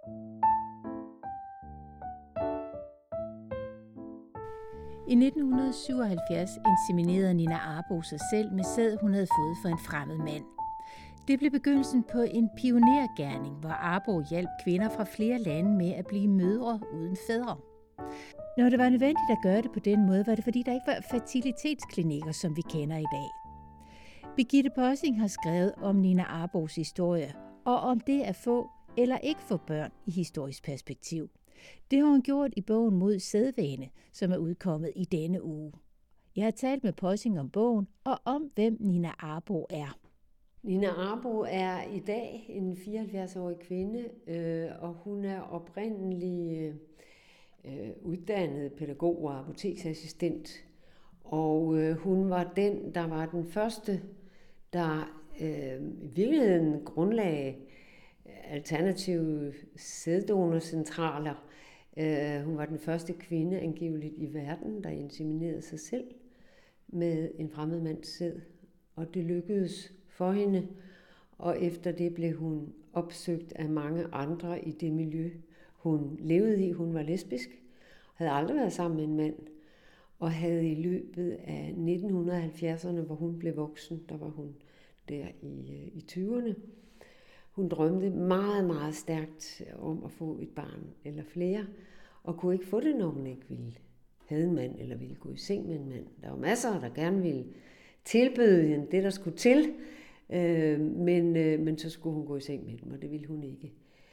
I 1977 inseminerede Nina Arbo sig selv med sæd, hun havde fået fra en fremmed mand. Det blev begyndelsen på en pionergerning, hvor Arbo hjalp kvinder fra flere lande med at blive mødre uden fædre. Når det var nødvendigt at gøre det på den måde, var det fordi, der ikke var fertilitetsklinikker, som vi kender i dag. Birgitte Possing har skrevet om Nina Arbos historie, og om det at få eller ikke få børn i historisk perspektiv. Det har hun gjort i bogen Mod sædvane, som er udkommet i denne uge. Jeg har talt med Possing om bogen og om, hvem Nina Arbo er. Nina Arbo er i dag en 74-årig kvinde, og hun er oprindelig uddannet pædagog og apoteksassistent. Og hun var den første, der i virkeligheden grundlagde alternative sæddonorcentraler. Hun var den første kvinde angiveligt i verden, der inseminerede sig selv med en fremmed mands sæd. Og det lykkedes for hende, og efter det blev hun opsøgt af mange andre i det miljø, hun levede i. Hun var lesbisk, havde aldrig været sammen med en mand, og havde i løbet af 1970'erne, hvor hun blev voksen, der var hun der i 20'erne, hun drømte meget, meget stærkt om at få et barn eller flere, og kunne ikke få det, når hun ikke ville have en mand eller ville gå i seng med en mand. Der var masser, der gerne ville tilbyde hende det, der skulle til, men så skulle hun gå i seng med dem, og det ville hun ikke.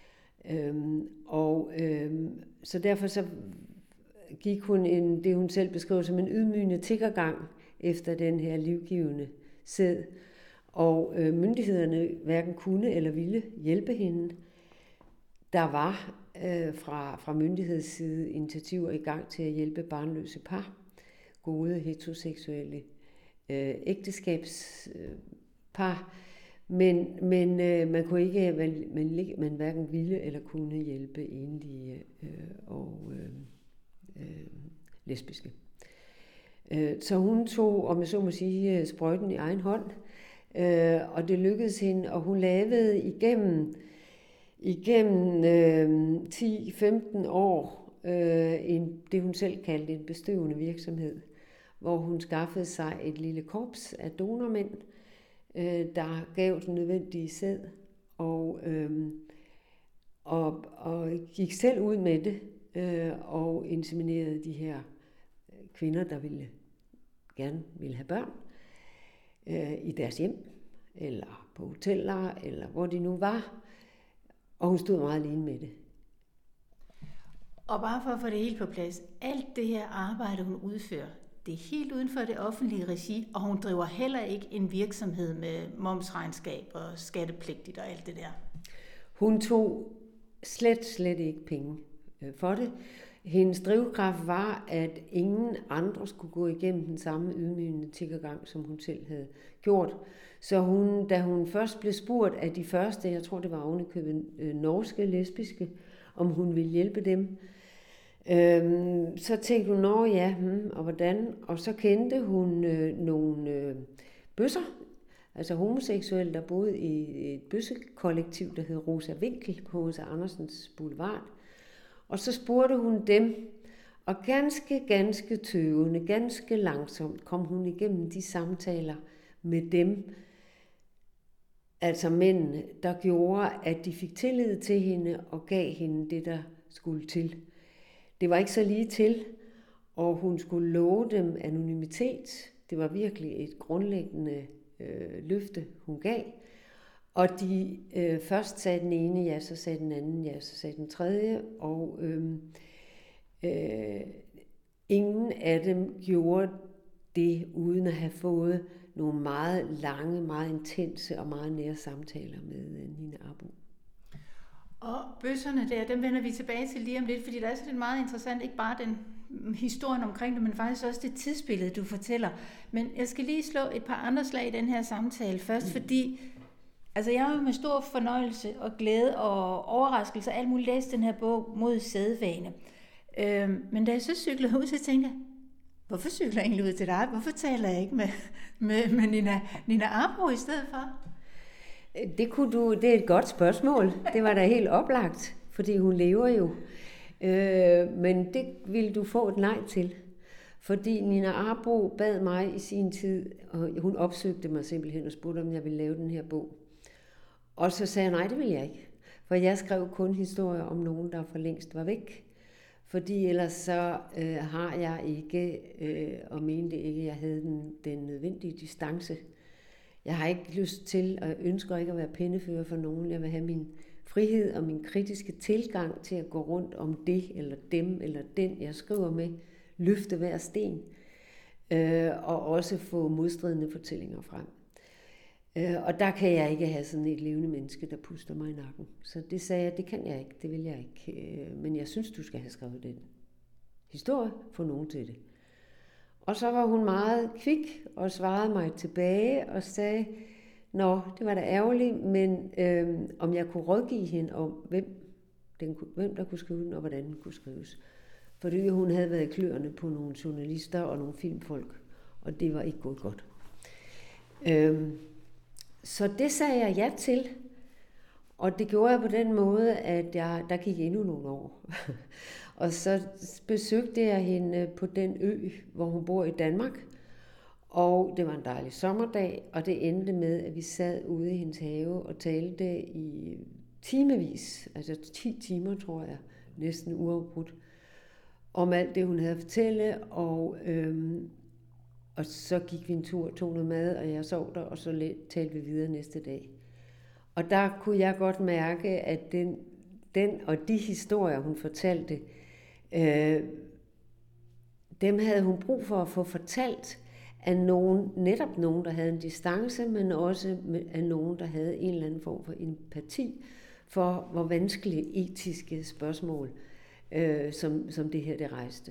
Så derfor så gik hun det, hun selv beskrev som en ydmygende tiggergang efter den her livgivende sæd, og myndighederne hverken kunne eller ville hjælpe hende. Der var fra myndighedsside initiativer i gang til at hjælpe barnløse par, gode heteroseksuelle ægteskabspar, men man kunne ikke, man hverken ville eller kunne hjælpe enlige og lesbiske. Så hun tog, om jeg så må sige, sprøjten i egen hånd, og det lykkedes hende, og hun lavede igennem 10-15 år det hun selv kaldte en bestøvende virksomhed, hvor hun skaffede sig et lille korps af donormænd, der gav den nødvendige sæd, og gik selv ud med det, og inseminerede de her kvinder, der gerne ville have børn, i deres hjem, eller på hoteller, eller hvor de nu var, og hun stod meget alene med det. Og bare for at få det helt på plads, alt det her arbejde, hun udfører, det er helt uden for det offentlige regi, og hun driver heller ikke en virksomhed med momsregnskab og skattepligtigt og alt det der. Hun tog slet ikke penge for det. Hendes drivkraft var, at ingen andre skulle gå igennem den samme ydmygende tiggergang, som hun selv havde gjort. Så da hun først blev spurgt af de første, jeg tror det var ovenikøbet norske lesbiske, om hun ville hjælpe dem, så tænkte hun, og hvordan? Og så kendte hun nogle bøsser, altså homoseksuelle, der boede i et bøssekollektiv, der hed Rosa Winkel på H.C. Andersens Boulevard. Og så spurgte hun dem, og ganske tøvende, ganske langsomt kom hun igennem de samtaler med dem, altså mændene, der gjorde, at de fik tillid til hende og gav hende det, der skulle til. Det var ikke så lige til, og hun skulle love dem anonymitet. Det var virkelig et grundlæggende løfte, hun gav. Og de først sagde den ene ja, så sagde den anden ja, så sagde den tredje, og ingen af dem gjorde det uden at have fået nogle meget lange, meget intense og meget nære samtaler med Nina Arbo. Og bøsserne der, dem vender vi tilbage til lige om lidt, fordi der er sådan meget interessant, ikke bare den historien omkring det, men faktisk også det tidsbillede, du fortæller. Men jeg skal lige slå et par andre slag i den her samtale først, fordi altså jeg har jo med stor fornøjelse og glæde og overraskelse alt muligt læst den her bog Mod sædvane. Men da jeg så cyklede ud, så tænkte jeg, hvorfor cykler jeg egentlig ud til dig? Hvorfor taler jeg ikke med Nina Arbo i stedet for? Det er et godt spørgsmål. Det var da helt oplagt. fordi hun lever jo. Men det ville du få et nej til. Fordi Nina Arbo bad mig i sin tid, og hun opsøgte mig simpelthen og spurgte, om jeg ville lave den her bog. Og så sagde jeg, nej, det vil jeg ikke. For jeg skrev kun historier om nogen, der for længst var væk. Fordi ellers så har jeg ikke, og mente ikke, at jeg havde den nødvendige distance. Jeg har ikke lyst til, og ønsker ikke at være pennefører for nogen. Jeg vil have min frihed og min kritiske tilgang til at gå rundt om det, eller dem, eller den, jeg skriver med. Løfte hver sten, og også få modstridende fortællinger frem. Og der kan jeg ikke have sådan et levende menneske, der puster mig i nakken. Så det sagde jeg, det kan jeg ikke, det vil jeg ikke. Men jeg synes, du skal have skrevet den historie, få nogen til det. Og så var hun meget kvik og svarede mig tilbage og sagde, nå, det var da ærgerligt, men om jeg kunne rådgive hende om, hvem der kunne skrive den, og hvordan den kunne skrives. Fordi hun havde været i kløerne på nogle journalister og nogle filmfolk, og det var ikke gået godt. Så det sagde jeg ja til, og det gjorde jeg på den måde, at der gik endnu nogle år. Og så besøgte jeg hende på den ø, hvor hun bor i Danmark, og det var en dejlig sommerdag, og det endte med, at vi sad ude i hendes have og talte i timevis, altså 10 timer, tror jeg, næsten uafbrudt, om alt det, hun havde at fortælle, og så gik vi en tur, tog noget mad, og jeg sov der, og så talte vi videre næste dag. Og der kunne jeg godt mærke, at den og de historier, hun fortalte, dem havde hun brug for at få fortalt af netop nogen, der havde en distance, men også af nogen, der havde en eller anden form for empati for, hvor vanskelige etiske spørgsmål, som det her, det rejste.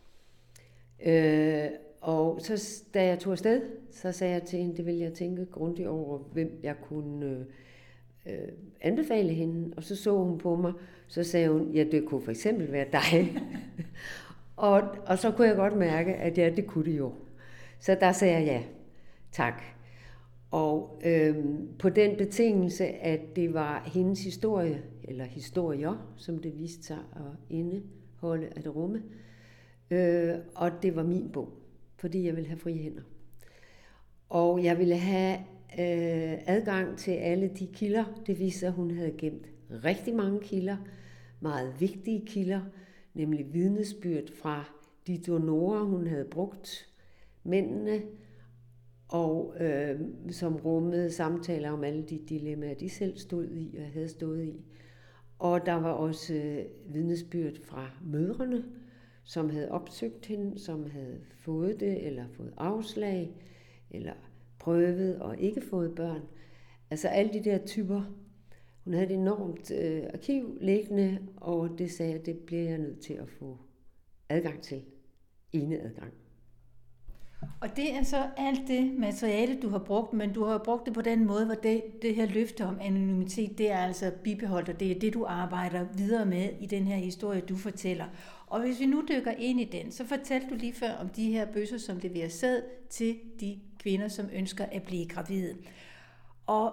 Og så, da jeg tog afsted, så sagde jeg til hende, det ville jeg tænke grundigt over, hvem jeg kunne anbefale hende. Og så hun på mig, så sagde hun, ja, det kunne for eksempel være dig. og så kunne jeg godt mærke, at ja, det kunne det jo. Så der sagde jeg ja, tak. Og på den betingelse, at det var hendes historie, eller historier, som det viste sig at indeholde, at rumme, og det var min bog, fordi jeg ville have frie hænder. Og jeg ville have adgang til alle de kilder. Det viste sig, at hun havde gemt rigtig mange kilder, meget vigtige kilder, nemlig vidnesbyrd fra de donorer, hun havde brugt, mændene, og som rummede samtaler om alle de dilemmaer, de selv stod i og havde stået i. Og der var også vidnesbyrd fra mødrene, som havde opsøgt hende, som havde fået det, eller fået afslag, eller prøvet og ikke fået børn. Altså alle de der typer. Hun havde et enormt arkiv liggende, og det sagde jeg, det bliver jeg nødt til at få adgang til. Eneadgang. Og det er så alt det materiale, du har brugt, men du har brugt det på den måde, hvor det her løfte om anonymitet, det er altså bibeholdt, og det er det, du arbejder videre med i den her historie, du fortæller. Og hvis vi nu dykker ind i den, så fortalte du lige før om de her bøsser, som leverer sæd til de kvinder, som ønsker at blive gravide. Og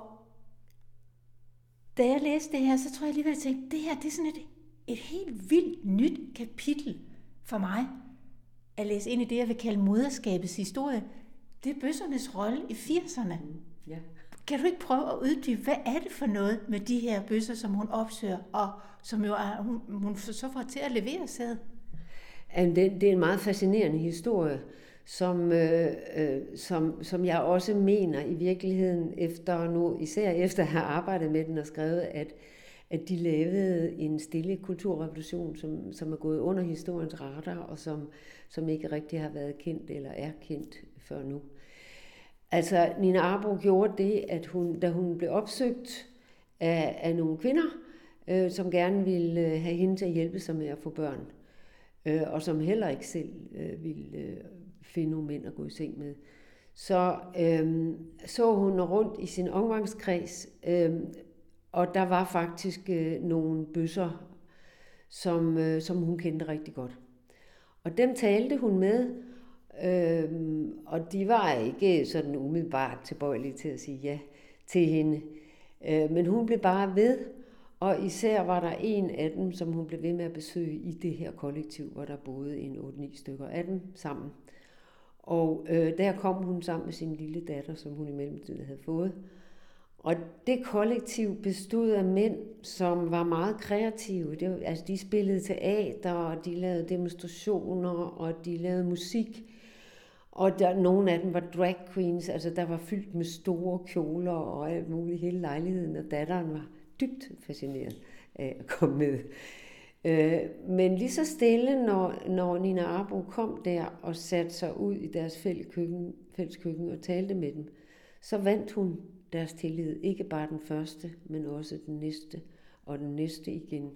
da jeg læste det her, så tror jeg alligevel, at jeg tænkte, det her det er sådan et helt vildt nyt kapitel for mig. At læse ind i det, jeg vil kalde moderskabets historie. Det er bøssernes rolle i 80'erne. Ja. Kan du ikke prøve at uddybe, hvad er det for noget med de her bøsser, som hun opsøger, og som jo er, hun så får til at levere sæd? Det er en meget fascinerende historie, som jeg også mener i virkeligheden, især efter at have arbejdet med den og skrevet, at de lavede en stille kulturrevolution, som er gået under historiens radar, og som ikke rigtig har været kendt eller er kendt før nu. Altså, Nina Arbo gjorde det, at da hun blev opsøgt af nogle kvinder, som gerne ville have hende til at hjælpe sig med at få børn, og som heller ikke selv ville finde nogle mænd at gå i seng med, så hun rundt i sin omgangskreds, og der var faktisk nogle bøsser, som hun kendte rigtig godt. Og dem talte hun med, og de var ikke sådan umiddelbart tilbøjelige til at sige ja til hende. Men hun blev bare ved Og især var der en af dem, som hun blev ved med at besøge i det her kollektiv, hvor der boede en 8-9 stykker af dem sammen. Og der kom hun sammen med sin lille datter, som hun i mellemtiden havde fået. Og det kollektiv bestod af mænd, som var meget kreative. Altså, de spillede teater, og de lavede demonstrationer, og de lavede musik. Og nogle af dem var drag queens, altså der var fyldt med store kjoler og alt muligt hele lejligheden, og datteren var dybt fascineret af at komme med. Men lige så stille, når Nina Arbo kom der og satte sig ud i deres fælles køkken og talte med dem, så vandt hun deres tillid. Ikke bare den første, men også den næste og den næste igen.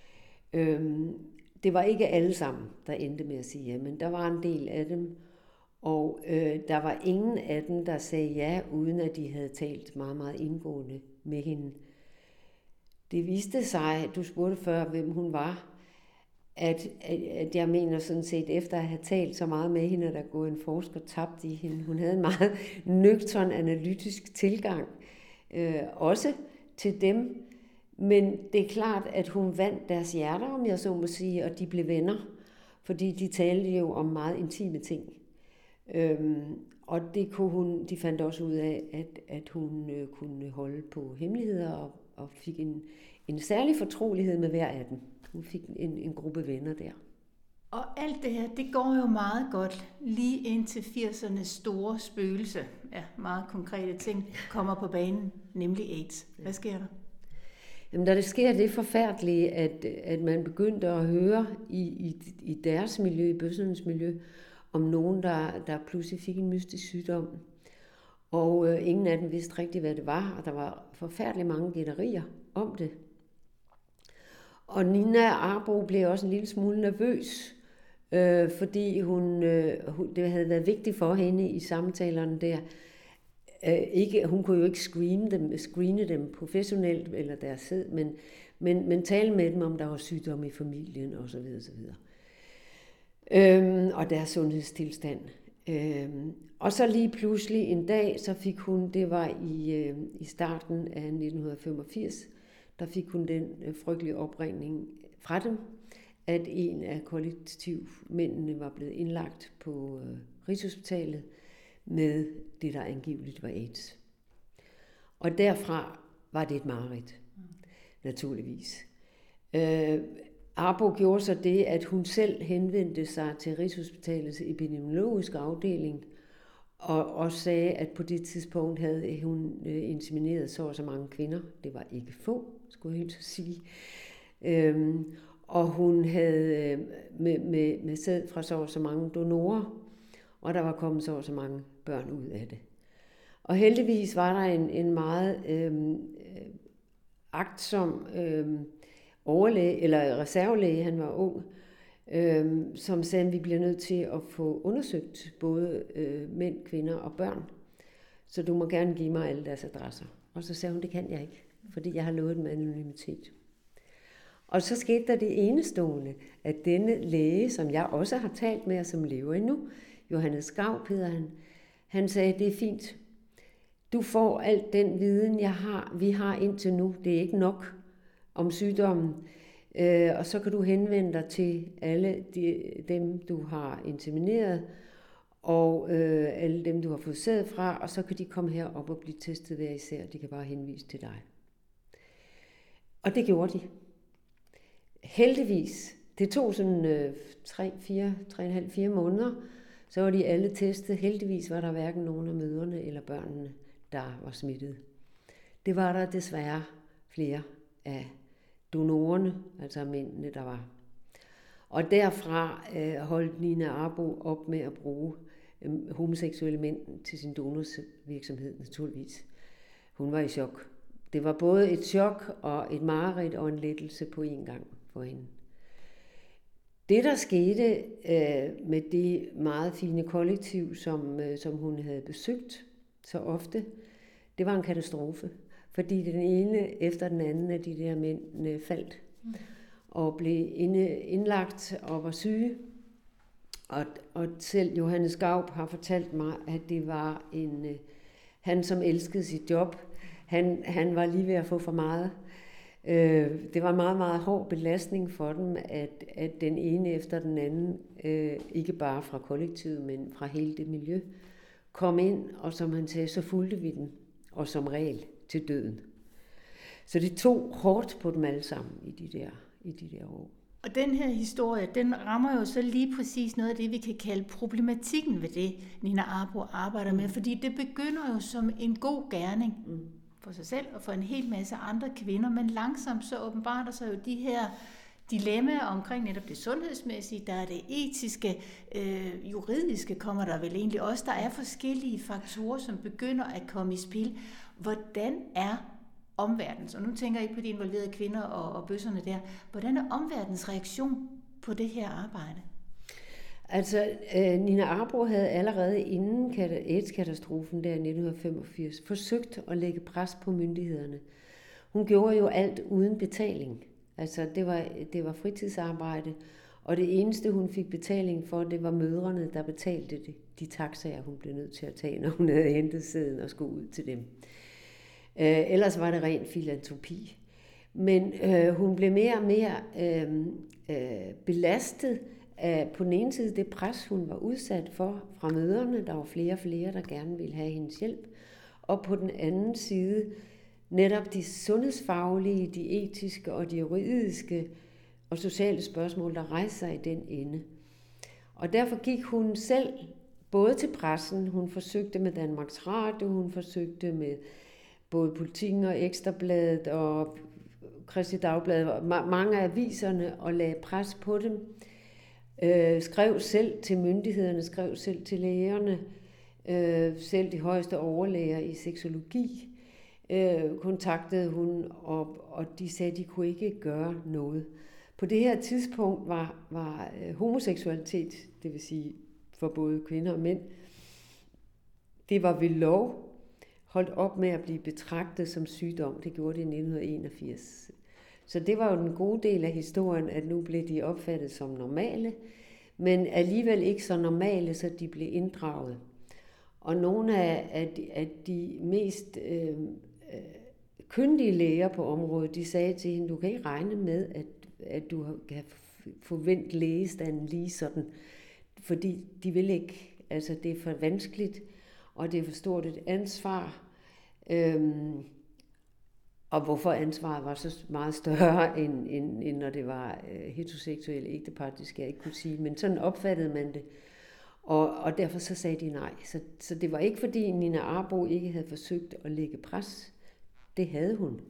Det var ikke alle sammen, der endte med at sige ja, men der var en del af dem, og der var ingen af dem, der sagde ja, uden at de havde talt meget, meget indgående med hende. Det viste sig, du spurgte før, hvem hun var, at jeg mener sådan set, efter at have talt så meget med hende, at der går en forsker tabt i hende. Hun havde en meget nøgtern analytisk tilgang, også til dem. Men det er klart, at hun vandt deres hjerter, om jeg så må sige, og de blev venner, fordi de talte jo om meget intime ting. Og det kunne de fandt også ud af, at hun kunne holde på hemmeligheder og fik en særlig fortrolighed med hver af dem. Hun fik en gruppe venner der. Og alt det her, det går jo meget godt lige indtil 80'ernes store spøgelse, ja, meget konkrete ting, kommer på banen, nemlig AIDS. Hvad sker der? Jamen, da det sker det forfærdelige, at man begyndte at høre i deres miljø, i bøssernes miljø, om nogen, der pludselig fik en mystisk sygdom. Og ingen af dem vidste rigtigt, hvad det var, og der var forfærdeligt mange gætterier om det. Og Nina Arbo blev også en lille smule nervøs, fordi det havde været vigtigt for hende i samtalerne der. Hun kunne jo ikke screene dem professionelt eller deres sæd, men tale med dem, om der var sygdom i familien osv. Og deres sundhedstilstand. Og så lige pludselig en dag, så fik hun, det var i starten af 1985, der fik hun den frygtelige opringning fra dem, at en af kollektivmændene var blevet indlagt på Rigshospitalet med det, der angiveligt var AIDS. Og derfra var det et mareridt, naturligvis. Arbo gjorde så det, at hun selv henvendte sig til Rigshospitalets epidemiologiske afdeling, og sagde, at på det tidspunkt havde hun insemineret så mange kvinder. Det var ikke få, skulle jeg helt sige. Og hun havde med sæd fra så mange donorer, og der var kommet så mange børn ud af det. Og heldigvis var der en meget agtsom overlæge, eller reservelæge, han var ung, som sagde, at vi bliver nødt til at få undersøgt både mænd, kvinder og børn. Så du må gerne give mig alle deres adresser. Og så sagde hun, det kan jeg ikke, fordi jeg har lovet dem anonymitet. Og så skete der det enestående, at denne læge, som jeg også har talt med, og som lever endnu, Johannes Skaup hedder han sagde, det er fint. Du får alt den viden, vi har indtil nu. Det er ikke nok om sygdommen. Og så kan du henvende dig til alle dem, du har insemineret, og alle dem, du har fået sæd fra, og så kan de komme herop og blive testet hver især. De kan bare henvise til dig. Og det gjorde de. Heldigvis. Det tog sådan 3,5-4 måneder, så var de alle testet. Heldigvis var der hverken nogen af mødrene eller børnene, der var smittet. Det var der desværre flere af donorerne, altså mændene, der var. Og derfra holdt Nina Arbo op med at bruge homoseksuelle mænd til sin donorsvirksomhed, naturligvis. Hun var i chok. Det var både et chok og et mareridt og en lettelse på en gang for hende. Det, der skete med det meget fine kollektiv, som hun havde besøgt så ofte, det var en katastrofe. Fordi den ene efter den anden af de der mænd faldt og blev indlagt og var syge. Og selv Johannes Skaup har fortalt mig, at det var han som elskede sit job. Han var lige ved at få for meget. Det var en meget, meget hård belastning for dem, at den ene efter den anden, ikke bare fra kollektivet, men fra hele det miljø, kom ind, og som han sagde, så fulgte vi den, og som regel til døden. Så det tog hårdt på dem alle sammen i de der år. Og den her historie, den rammer jo så lige præcis noget af det, vi kan kalde problematikken ved det, Nina Arbo arbejder med, fordi det begynder jo som en god gerning for sig selv og for en hel masse andre kvinder, men langsomt så åbenbart der sig jo de her dilemmaer omkring netop det sundhedsmæssige, der er det etiske, juridiske kommer der vel egentlig også. Der er forskellige faktorer, som begynder at komme i spil. Hvordan er omverdens, og nu tænker jeg ikke på de involverede kvinder og bøsserne der, hvordan er omverdens reaktion på det her arbejde? Altså, Nina Arbo havde allerede inden AIDS-katastrofen der i 1985 forsøgt at lægge pres på myndighederne. Hun gjorde jo alt uden betaling. Altså, det var fritidsarbejde, og det eneste, hun fik betaling for, det var mødrene, der betalte de taxaer, hun blev nødt til at tage, når hun havde hentet sæden og skulle ud til dem. Ellers var det ren filantropi. Men hun blev mere og mere belastet af på den ene side det pres, hun var udsat for fra mødrene. Der var flere og flere, der gerne ville have hendes hjælp. Og på den anden side netop de sundhedsfaglige, de etiske og de juridiske og sociale spørgsmål, der rejste sig i den ende. Og derfor gik hun selv både til pressen, hun forsøgte med Danmarks Radio, hun forsøgte med både Politiken og Ekstrabladet og Kristi Dagblad, mange af aviserne, og lagde pres på dem. Skrev selv til myndighederne, skrev selv til lægerne, selv de højeste overlæger i seksologi, kontaktede hun, og de sagde, at de kunne ikke gøre noget. På det her tidspunkt var homoseksualitet, det vil sige for både kvinder og mænd, det var ved lov holdt op med at blive betragtet som sygdom. Det gjorde det i 1981. Så det var jo den gode del af historien, at nu blev de opfattet som normale, men alligevel ikke så normale, så de blev inddraget. Og nogle af de mest kyndige læger på området, de sagde til hende, du kan ikke regne med, at du kan forvente lægestanden lige sådan, fordi de vil ikke, altså det er for vanskeligt, og det er for stort et ansvar. Og hvorfor ansvaret var så meget større, end når det var heteroseksuelle ægtepar, det skal jeg ikke kunne sige, men sådan opfattede man det. Og derfor så sagde de nej. Så det var ikke fordi Nina Arbo ikke havde forsøgt at lægge pres. Det havde hun.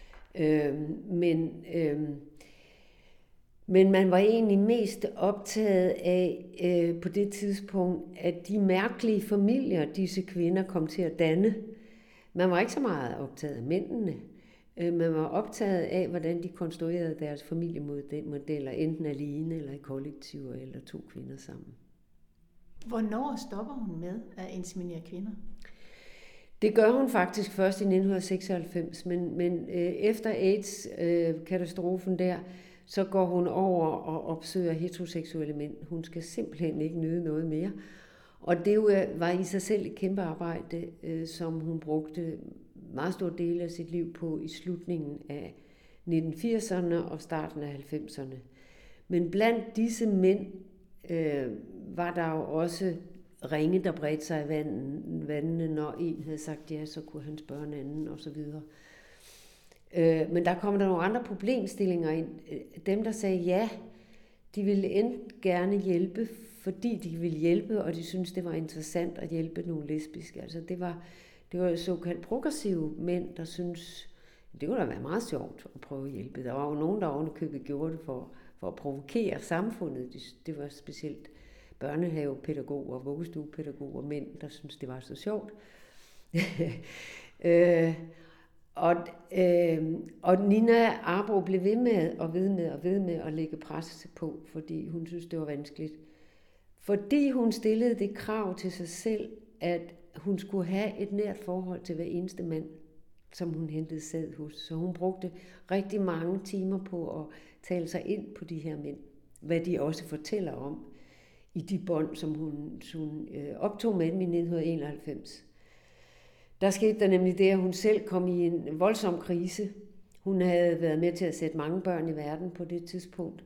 Men man var egentlig mest optaget af på det tidspunkt, at de mærkelige familier, disse kvinder kom til at danne, man var ikke så meget optaget af mændene. Man var optaget af, hvordan de konstruerede deres familiemodeller, enten alene eller i kollektiver eller to kvinder sammen. Hvornår stopper hun med at inseminere kvinder? Det gør hun faktisk først i 1996, men efter AIDS-katastrofen der, så går hun over og opsøger heteroseksuelle mænd. Hun skal simpelthen ikke nyde noget mere. Og det var i sig selv et kæmpe arbejde, som hun brugte meget stor del af sit liv på i slutningen af 1980'erne og starten af 90'erne. Men blandt disse mænd var der jo også ringe, der bredte sig i vandene, når en havde sagt ja, så kunne han spørge en anden osv. Men der kom der nogle andre problemstillinger ind. Dem, der sagde ja, de ville gerne hjælpe, fordi de ville hjælpe, og de syntes, det var interessant at hjælpe nogle lesbiske. Altså det var såkaldt progressive mænd, der syntes, det kunne da være meget sjovt at prøve at hjælpe. Der var jo nogen, der ovenikøbet gjorde det for at provokere samfundet. Det var specielt børnehavepædagoger, vuggestuepædagoger, mænd, der syntes, det var så sjovt. Og Nina Arbo blev ved med at lægge pres på, fordi hun synes, det var vanskeligt. Fordi hun stillede det krav til sig selv, at hun skulle have et nært forhold til hver eneste mand, som hun hentede sæd hos. Så hun brugte rigtig mange timer på at tale sig ind på de her mænd, hvad de også fortæller om i de bånd, som hun optog med dem i 1991. Der skete der nemlig det, at hun selv kom i en voldsom krise. Hun havde været med til at sætte mange børn i verden på det tidspunkt.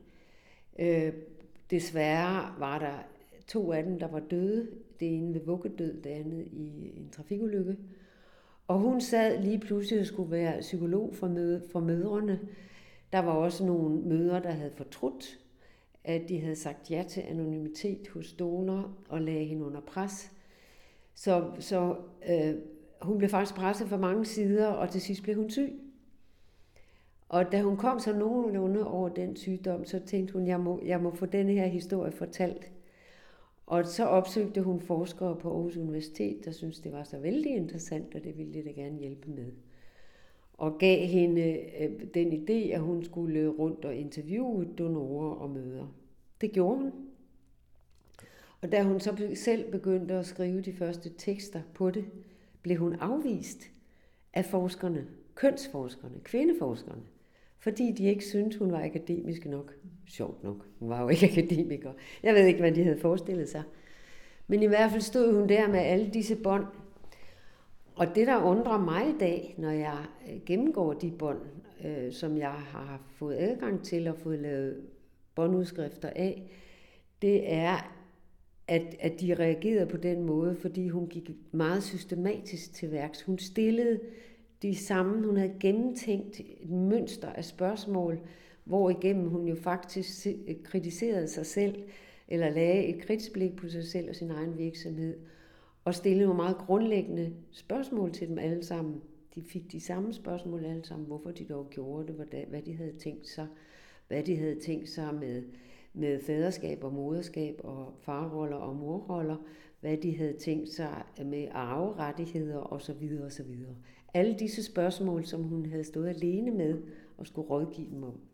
Desværre var der 2 af dem, der var døde. Det ene ved vuggedød, det andet i en trafikulykke. Og hun sad lige pludselig og skulle være psykolog for mødrene. Der var også nogle mødre, der havde fortrudt, at de havde sagt ja til anonymitet hos donor og lagde hende under pres. Så hun blev faktisk presset fra mange sider, og til sidst blev hun syg. Og da hun kom så nogenlunde over den sygdom, så tænkte hun, jeg må få denne her historie fortalt. Og så opsøgte hun forskere på Aarhus Universitet, der syntes, det var så vældig interessant, og det ville de da gerne hjælpe med. Og gav hende den idé, at hun skulle rundt og interviewe donorer og mødre. Det gjorde hun. Og da hun så selv begyndte at skrive de første tekster på det, blev hun afvist af forskerne, kønsforskerne, kvindeforskerne, fordi de ikke syntes, hun var akademisk nok. Sjovt nok, hun var jo ikke akademiker. Jeg ved ikke, hvad de havde forestillet sig. Men i hvert fald stod hun der med alle disse bånd. Og det, der undrer mig i dag, når jeg gennemgår de bånd, som jeg har fået adgang til og fået lavet båndudskrifter af, det er, at de reagerede på den måde, fordi hun gik meget systematisk til værks. Hun stillede de samme, hun havde gennemtænkt et mønster af spørgsmål, hvor igennem hun jo faktisk kritiserede sig selv, eller lagde et kritisk blik på sig selv og sin egen virksomhed, og stillede nogle meget grundlæggende spørgsmål til dem alle sammen. De fik de samme spørgsmål alle sammen, hvorfor de dog gjorde det, hvad de havde tænkt sig, med faderskab og moderskab og farroller og morroller, hvad de havde tænkt sig med arverettigheder osv. osv. Alle disse spørgsmål, som hun havde stået alene med og skulle rådgive dem om.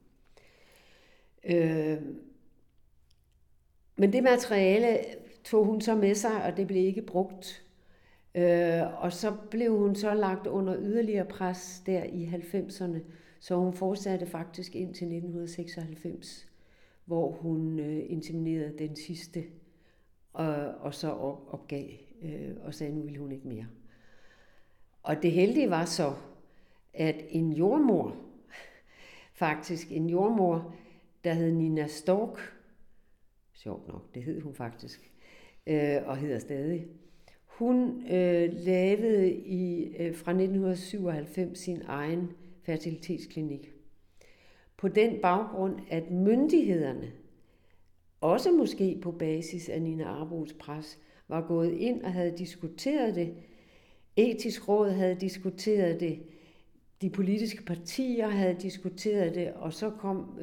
Men det materiale tog hun så med sig, og det blev ikke brugt. Og så blev hun så lagt under yderligere pres der i 90'erne, så hun fortsatte faktisk indtil 1996, hvor hun inseminerede den sidste, og så opgav og sagde, nu ville hun ikke mere. Og det heldige var så, at en jordmor, der hed Nina Stork, sjovt nok, det hed hun faktisk, og hedder stadig, hun lavede fra 1997 sin egen fertilitetsklinik. På den baggrund, at myndighederne, også måske på basis af Nina Arbos pres, var gået ind og havde diskuteret det. Etisk råd havde diskuteret det. De politiske partier havde diskuteret det, og så kom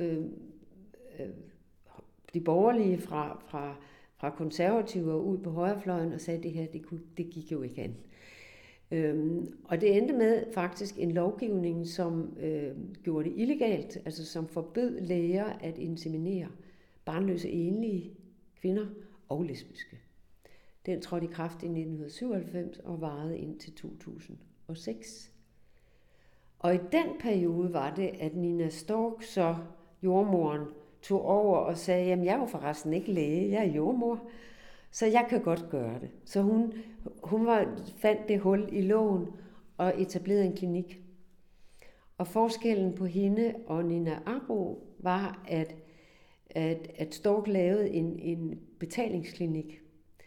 de borgerlige fra konservative ud på højrefløjen og sagde, at det her, det gik jo ikke an. Og det endte med faktisk en lovgivning, som gjorde det illegalt, altså som forbød læger at inseminere barnløse enlige kvinder og lesbiske. Den trådte i kraft i 1997 og varede indtil 2006. Og i den periode var det, at Nina Stork, så jordmoren, tog over og sagde, jamen jeg er jo forresten ikke læge, jeg er jordmor, så jeg kan godt gøre det. Så hun fandt det hul i loven og etablerede en klinik. Og forskellen på hende og Nina Arbo var, at Stork lavede en betalingsklinik,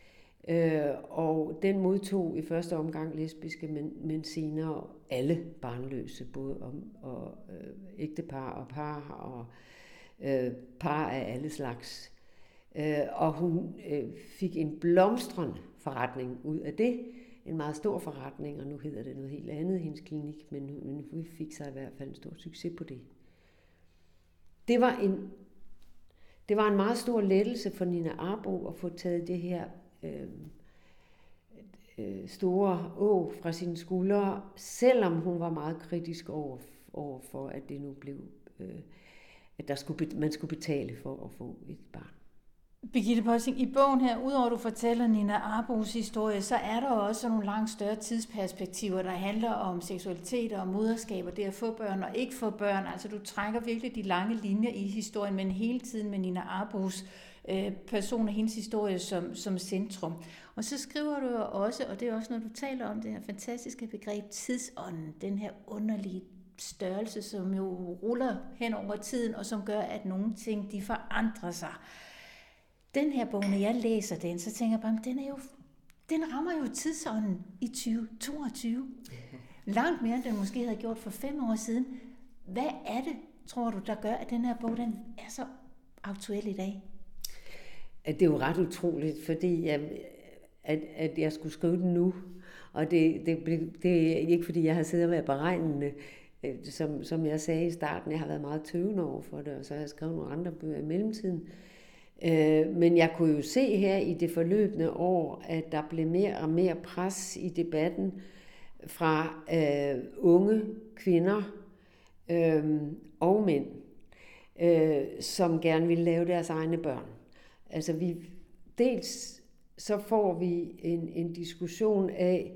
og den modtog i første omgang lesbiske, men senere alle barnløse, både ægtepar og par og par af alle slags. Og hun fik en blomstrende forretning ud af det, en meget stor forretning, og nu hedder det noget helt andet, hendes klinik, men hun fik sig i hvert fald en stor succes på det. Det var en meget stor lettelse for Nina Arbo at få taget det her store å fra sine skuldre, selvom hun var meget kritisk over for, at det nu blev, at man skulle betale for at få et barn. Birgitte Possing, i bogen her, udover at du fortæller Nina Arbos historie, så er der også nogle langt større tidsperspektiver, der handler om seksualitet og moderskab og det at få børn og ikke få børn. Altså du trækker virkelig de lange linjer i historien, men hele tiden med Nina Arbos person og hendes historie som centrum. Og så skriver du jo også, og det er også noget, du taler om, det her fantastiske begreb tidsånden, den her underlige størrelse, som jo ruller hen over tiden, og som gør, at nogle ting, de forandrer sig. Den her bog, når jeg læser den, så tænker jeg bare, den rammer jo tidsånden i 2022. Langt mere, end den måske havde gjort for 5 år siden. Hvad er det, tror du, der gør, at den her bog, den er så aktuel i dag? Det er jo ret utroligt, fordi at jeg skulle skrive den nu. Og det er ikke, fordi jeg har siddet og været beregnende. Som jeg sagde i starten, jeg har været meget tøvende over for det, og så har jeg skrevet nogle andre bøger i mellemtiden. Men jeg kunne jo se her i det forløbende år, at der blev mere og mere pres i debatten fra unge kvinder og mænd, som gerne ville lave deres egne børn. Altså dels så får vi en diskussion af,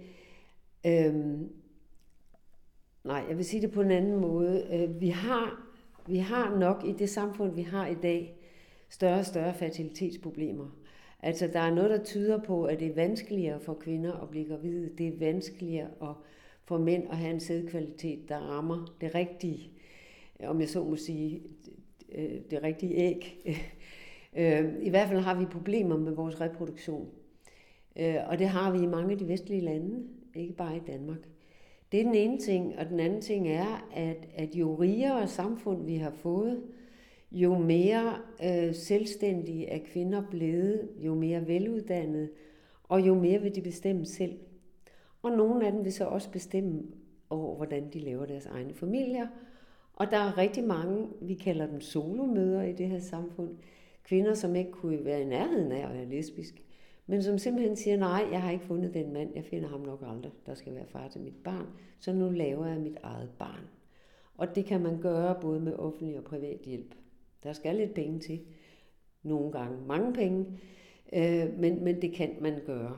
jeg vil sige det på en anden måde. Vi har nok i det samfund, vi har i dag, større og større fertilitetsproblemer. Altså der er noget, der tyder på, at det er vanskeligere for kvinder at blive gravide. Det er vanskeligere for mænd at have en sædkvalitet, der rammer det rigtige, om jeg så må sige, det rigtige æg. I hvert fald har vi problemer med vores reproduktion. Og det har vi i mange af de vestlige lande, ikke bare i Danmark. Det er den ene ting, og den anden ting er, at jo rigere samfund vi har fået, jo mere selvstændige er kvinder blevet, jo mere veluddannede, og jo mere vil de bestemme selv. Og nogle af dem vil så også bestemme over, hvordan de laver deres egne familier. Og der er rigtig mange, vi kalder dem solomødre i det her samfund, kvinder, som ikke kunne være i nærheden af at være lesbisk, men som simpelthen siger, nej, jeg har ikke fundet den mand, jeg finder ham nok aldrig, der skal være far til mit barn, så nu laver jeg mit eget barn. Og det kan man gøre både med offentlig og privat hjælp. Der skal lidt penge til, nogle gange mange penge, men det kan man gøre.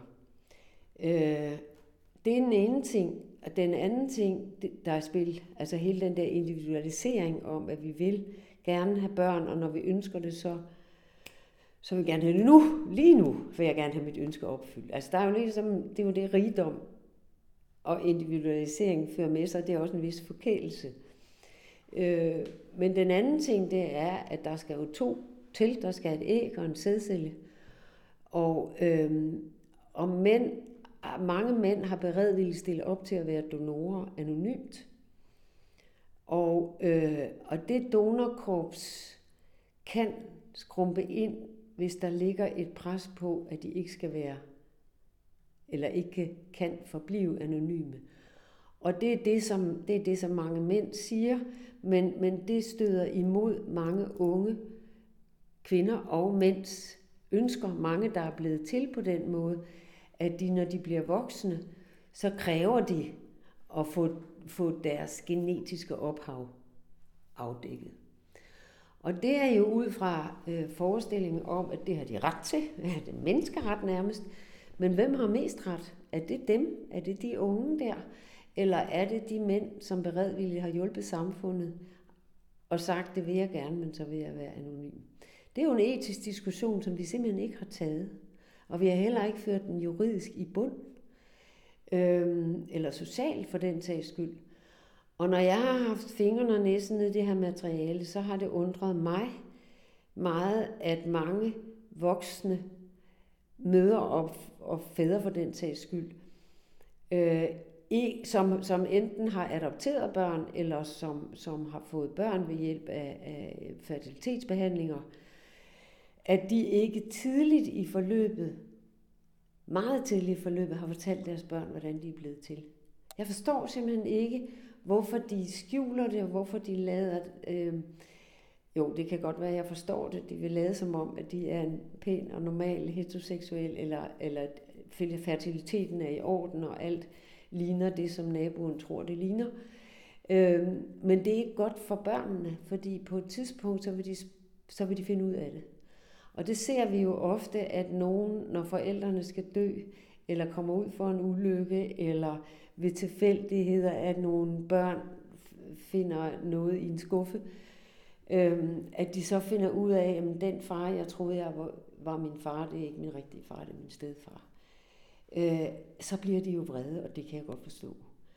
Det er den ene ting, og den anden ting, der er i spil, altså hele den der individualisering om, at vi vil gerne have børn, og når vi ønsker det, så vil jeg gerne have det nu, lige nu, vil jeg gerne have mit ønske opfyldt. Altså der er jo ligesom, det er jo det rigdom og individualisering fører med sig, det er også en vis forkælelse. Men den anden ting, det er, at der skal jo 2 til, der skal et æg og en sædcelle. Og mange mænd har beredvilligt stillet op til at være donorer anonymt. Og det donorkorps kan skrumpe ind, hvis der ligger et pres på, at de ikke skal være, eller ikke kan forblive anonyme. Og det er det, som mange mænd siger, men det støder imod mange unge kvinder og mænds ønsker. Mange, der er blevet til på den måde, at de, når de bliver voksne, så kræver de at få deres genetiske ophav afdækket. Og det er jo ud fra forestillingen om, at det har de ret til, det er menneskeret nærmest. Men hvem har mest ret? Er det dem? Er det de unge der? Eller er det de mænd, som beredvilligt har hjulpet samfundet og sagt, det vil jeg gerne, men så vil jeg være anonym? Det er jo en etisk diskussion, som vi simpelthen ikke har taget. Og vi har heller ikke ført den juridisk i bund, eller socialt for den sags skyld. Og når jeg har haft fingrene og næsen ned i det her materiale, så har det undret mig meget, at mange voksne mødre og fædre for den sags skyld, som enten har adopteret børn, eller som har fået børn ved hjælp af fertilitetsbehandlinger, at de ikke tidligt i forløbet, meget tidligt i forløbet, har fortalt deres børn, hvordan de er blevet til. Jeg forstår simpelthen ikke, hvorfor de skjuler det, og hvorfor de lader... Jo, det kan godt være, at jeg forstår det. De vil lade som om, at de er en pæn og normal heteroseksuel, eller fertiliteten er i orden, og alt ligner det, som naboen tror, det ligner. Men det er ikke godt for børnene, fordi på et tidspunkt, så vil de finde ud af det. Og det ser vi jo ofte, at nogen, når forældrene skal dø, eller kommer ud for en ulykke, eller ved tilfældigheder, at nogle børn finder noget i en skuffe, at de så finder ud af, at den far, jeg troede, jeg var min far, det er ikke min rigtige far, det er min stedfar. Så bliver de jo vrede, og det kan jeg godt forstå.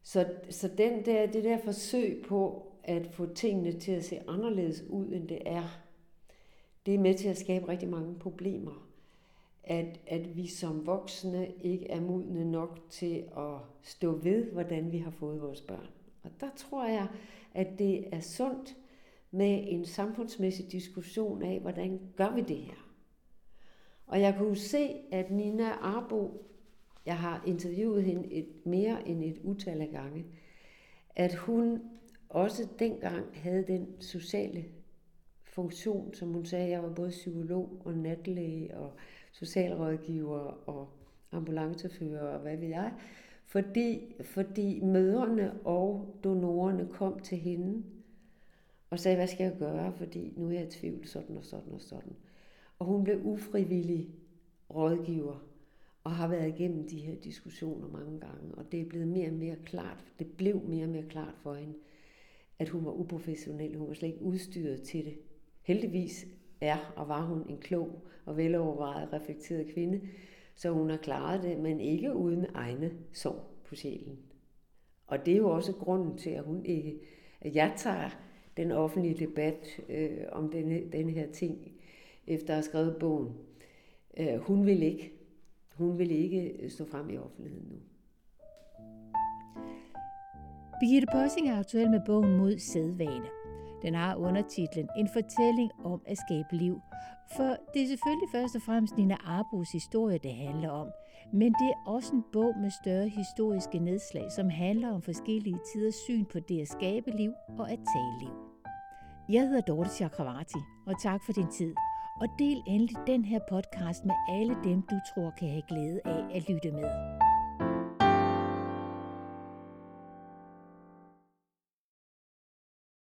Så det der forsøg på at få tingene til at se anderledes ud, end det er med til at skabe rigtig mange problemer. At vi som voksne ikke er modne nok til at stå ved, hvordan vi har fået vores børn. Og der tror jeg, at det er sundt med en samfundsmæssig diskussion af, hvordan gør vi det her. Og jeg kunne se, at Nina Arbo, jeg har interviewet hende mere end et utal af gange, at hun også dengang havde den sociale funktion, som hun sagde, jeg var både psykolog og natlæge og socialrådgiver og ambulancefører og hvad ved jeg, fordi mødrene og donorerne kom til hende og sagde, hvad skal jeg gøre, fordi nu er jeg i tvivl, sådan og sådan og sådan. Og hun blev ufrivillig rådgiver og har været igennem de her diskussioner mange gange, og det er blevet mere og mere klart, det blev mere og mere klart for hende, at hun var uprofessionel, hun var slet ikke udstyret til det. Heldigvis er og var hun en klog og velovervejet, reflekteret kvinde, så hun har klaret det, men ikke uden egne sår på sjælen. Og det er jo også grunden til, at jeg tager den offentlige debat om denne her ting, efter at have skrevet bogen. Hun vil ikke stå frem i offentligheden nu. Birgitte Possing er aktuel med bogen Mod sædvane. Den har undertitlen En fortælling om at skabe liv. For det er selvfølgelig først og fremmest Nina Arbos historie, det handler om. Men det er også en bog med større historiske nedslag, som handler om forskellige tiders syn på det at skabe liv og at tage liv. Jeg hedder Dorte Chakravarty, og tak for din tid. Og del endelig den her podcast med alle dem, du tror kan have glæde af at lytte med.